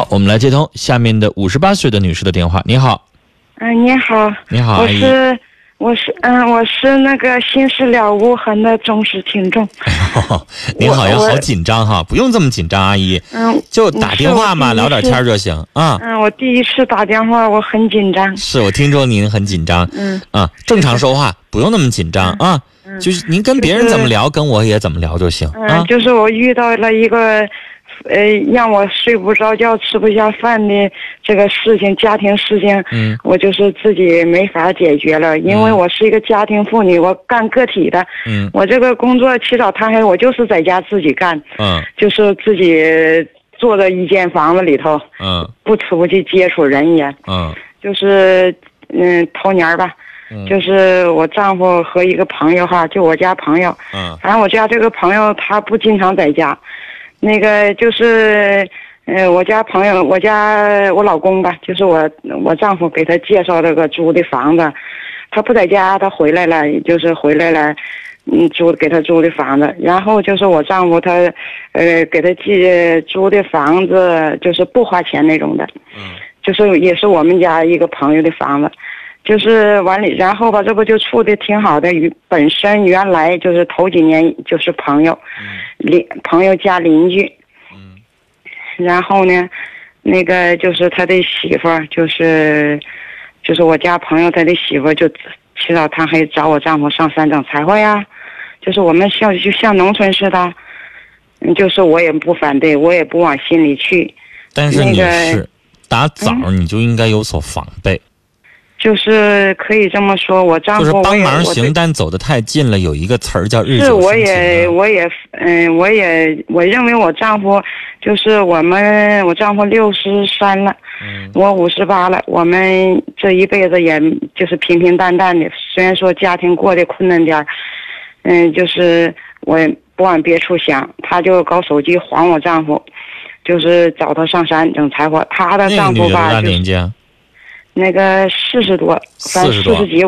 好，我们来接通下面的58岁的女士的电话。你好。 你好。 你好，阿姨。 我是那个心事了无痕的忠实听众。 您好像好紧张哈，不用这么紧张，阿姨。就打电话嘛，聊点天就行啊。 我第一次打电话，我很紧张。 是我听说您很紧张。正常说话，不用那么紧张啊。就是您跟别人怎么聊，跟我也怎么聊就行啊。 就是我遇到了一个让我睡不着觉、吃不下饭的这个事情，家庭事情。我就是自己没法解决了，因为我是一个家庭妇女，我干个体的。我这个工作起早贪黑，我就是在家自己干。就是自己坐在一间房子里头。不出去接触人也。就是头年吧。就是我丈夫和一个朋友哈，就我家朋友。反正我家这个朋友他不经常在家。那个就是我家朋友，我老公吧，就是我丈夫给他介绍这个租的房子，他不在家，他回来了，就是回来了，给他租的房子。然后就是我丈夫他给他租的房子就是不花钱那种的。就是也是我们家一个朋友的房子。就是完了，然后吧，这不就处的挺好的。本身原来就是头几年就是朋友，朋友家邻居。然后呢，那个就是他的媳妇儿，就是我家朋友他的媳妇儿，就起早贪黑找我丈夫上山整柴火呀。就是我们就像农村似的，就是我也不反对，我也不往心里去。 但是你是打早你就应该有所防备。 就是可以这么说，我丈夫就是帮忙行，但走得太近了，有一个词儿叫日久生情。 是，我认为我丈夫就是我丈夫63了，我58了，我们这一辈子也就是平平淡淡的，虽然说家庭过得困难点，就是我不往别处想，他就搞手机还我丈夫，就是找他上山整柴火。他的丈夫吧， 那个女的多大年纪啊？ 那个40多，反正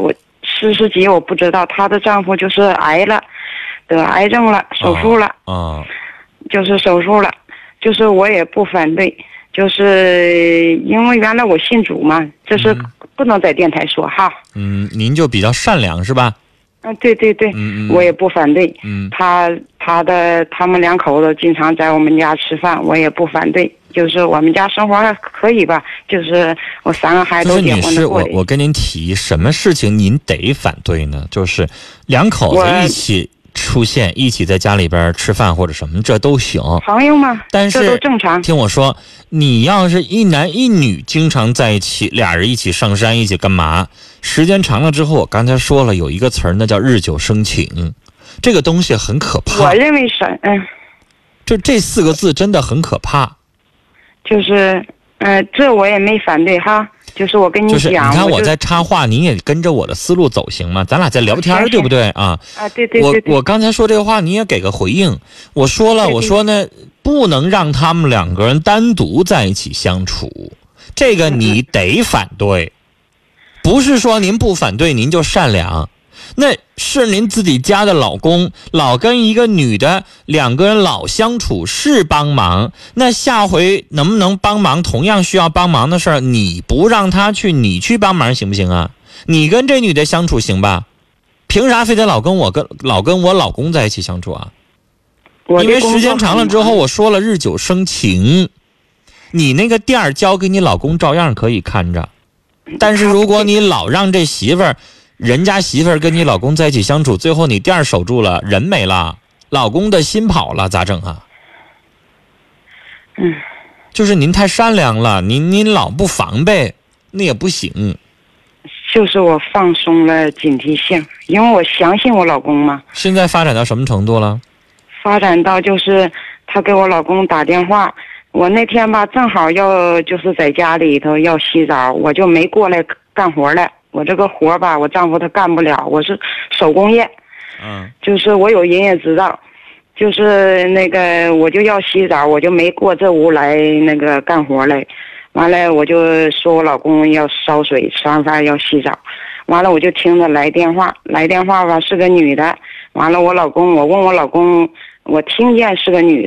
40几我不知道。她的丈夫就是得癌症了，手术了。就是手术了，就是我也不反对，就是因为原来我信主嘛，这是不能在电台说哈。 您就比较善良是吧？ 对，我也不反对。他们两口子经常在我们家吃饭，我也不反对。就是我们家生活还可以吧，就是我3个孩子都结婚了。 就是女士，我跟您提什么事情您得反对呢？就是两口子一起出现，一起在家里边吃饭或者什么，这都行。 朋友嘛， 但是这都正常。 听我说，你要是一男一女经常在一起，俩人一起上山，一起干嘛？时间长了之后，我刚才说了有一个词儿，那叫日久生情，这个东西很可怕。 我认为是， 就这4个字真的很可怕。 就是，这我也没反对哈。就是我跟你讲， 就是你看我在插话，你也跟着我的思路走行吗？咱俩在聊天，对不对啊？ 对。 我刚才说这个话，你也给个回应。我说了，我说呢，不能让他们2个人单独在一起相处，这个你得反对。不是说您不反对，您就善良。那是您自己家的老公，老跟一个女的2个人老相处，是帮忙。那下回能不能帮忙同样需要帮忙的事儿，你不让他去，你去帮忙行不行啊？你跟这女的相处行吧？凭啥非得老跟我老公在一起相处啊？因为时间长了之后，我说了日久生情，你那个店交给你老公照样可以看着，但是如果你老让这人家媳妇儿跟你老公在一起相处，最后你店守住了，人没了，老公的心跑了，咋整啊？就是您太善良了，您老不防备，那也不行。 就是我放松了警惕性，因为我相信我老公嘛。 现在发展到什么程度了？ 发展到就是他给我老公打电话，我那天吧正好就是在家里头要洗澡，我就没过来干活了。我这个活吧，我丈夫他干不了，我是手工业。就是我有营业执照，就是那个我就要洗澡，我就没过这屋来那个干活来。完了我就说我老公要烧水，吃完饭要洗澡。完了我就听着来电话吧，是个女的。完了我问我老公，我听见是个女的。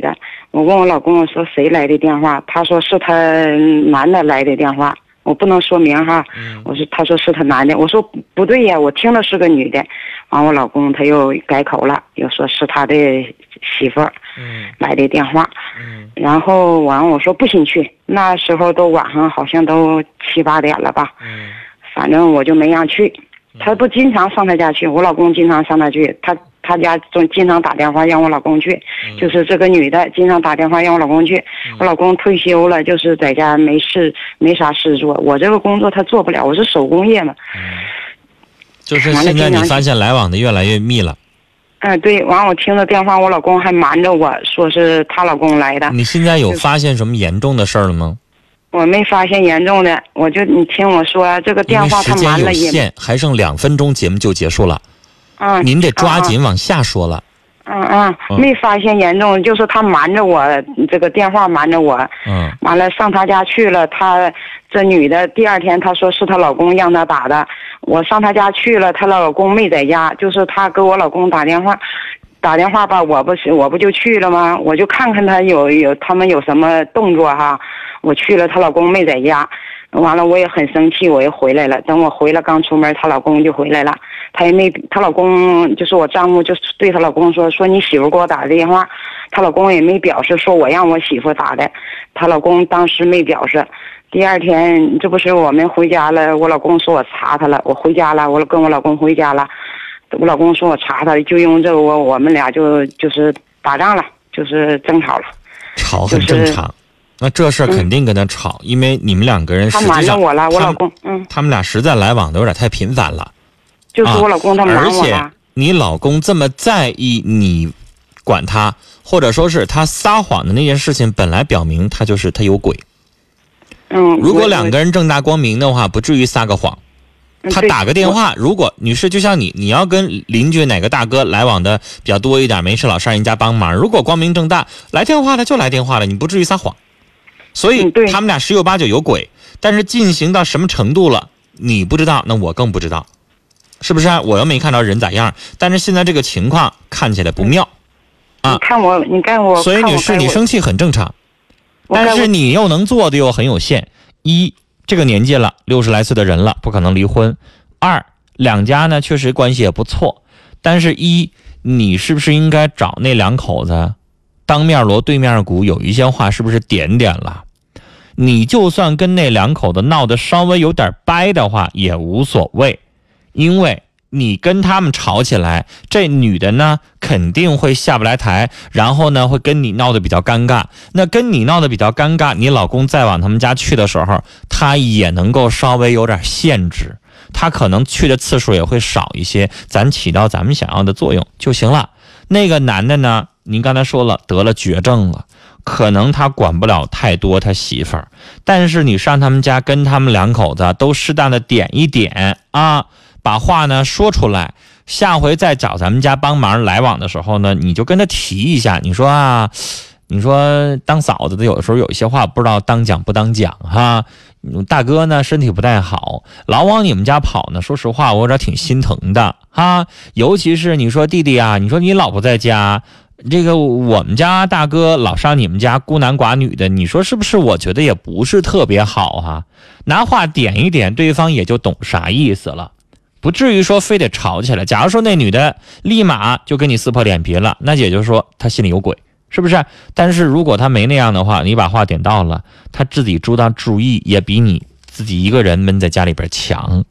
我问我老公，我说谁来的电话？他说是他男的来的电话，我不能说明哈。他说是他男的，我说不对呀，我听的是个女的。完我老公他又改口了，又说是他的媳妇儿来的电话。然后完我说不行去，那时候都晚上好像都7、8点了吧。反正我就没让去。他不经常上他家去，我老公经常上他去，他家总经常打电话让我老公去，就是这个女的经常打电话让我老公去。我老公退休了，就是在家没啥事做。我这个工作他做不了，我是手工业嘛。 就是现在你发现来往的越来越密了。 对，完我听着电话，我老公还瞒着我说是她老公来的。 你现在有发现什么严重的事儿了吗？ 我没发现严重的，你听我说，这个电话他瞒了也。 时间有限，还剩2分钟，节目就结束了。您得抓紧往下说了。没发现严重，就是他瞒着我，这个电话瞒着我。完了上他家去了，这女的第2天她说是她老公让她打的，我上她家去了，她老公没在家，就是她给我老公打电话吧，我不就去了吗？我就看看他们有什么动作哈。我去了，她老公没在家，完了我也很生气，我又回来了。等我回来刚出门，她老公就回来了，她老公就是我丈夫，就对她老公说你媳妇给我打的电话，她老公也没表示，说我让我媳妇打的，她老公当时没表示。第2天这不是我们回家了，我老公说我查他了，我回家了，我跟我老公回家了，我老公说我查他，就用这个我们俩就是打仗了，就是争吵了。吵很正常。那这事儿肯定跟他吵，因为你们2个人实际上他瞒着我了，我老公他们俩实在来往的有点太频繁了。 就是我老公他瞒我了。 而且你老公这么在意你管他，或者说是他撒谎的那件事情，本来表明他有鬼。如果2个人正大光明的话，不至于撒个谎。他打个电话，如果女士就像你要跟邻居哪个大哥来往的比较多一点，没事老上人家帮忙，如果光明正大来电话了就来电话了，你不至于撒谎。所以他们俩10有8九有鬼，但是进行到什么程度了你不知道，那我更不知道，是不是我又没看到人咋样，但是现在这个情况看起来不妙你看我所以女士你生气很正常，但是你又能做的又很有限。1这个年纪了，60来岁的人了，不可能离婚。2两家呢确实关系也不错，但是你是不是应该找那2口子当面锣对面鼓，有一些话是不是点了？你就算跟那2口子闹得稍微有点掰的话也无所谓，因为你跟他们吵起来，这女的呢肯定会下不来台，然后呢会跟你闹得比较尴尬。那跟你闹得比较尴尬，你老公再往他们家去的时候，他也能够稍微有点限制，他可能去的次数也会少一些，咱起到咱们想要的作用就行了。那个男的呢，您刚才说了得了绝症了，可能他管不了太多他媳妇儿，但是你上他们家跟他们2口子都适当的点一点把话呢说出来，下回再找咱们家帮忙来往的时候呢，你就跟他提一下，你说当嫂子的有的时候有一些话不知道当讲不当讲哈。大哥呢身体不太好，老往你们家跑呢，说实话我有点挺心疼的哈。尤其是你说弟弟啊，你说你老婆在家，这个我们家大哥老上你们家孤男寡女的，你说是不是？我觉得也不是特别好哈。拿话点一点，对方也就懂啥意思了，不至于说非得吵起来。假如说那女的立马就跟你撕破脸皮了，那也就是说她心里有鬼，是不是？但是如果她没那样的话，你把话点到了，她自己注意也比你自己一个人闷在家里边强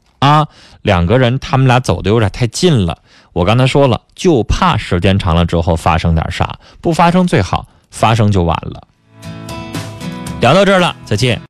2个人他们俩走的有点太近了，我刚才说了，就怕时间长了之后发生点啥，不发生最好，发生就晚了。聊到这儿了，再见。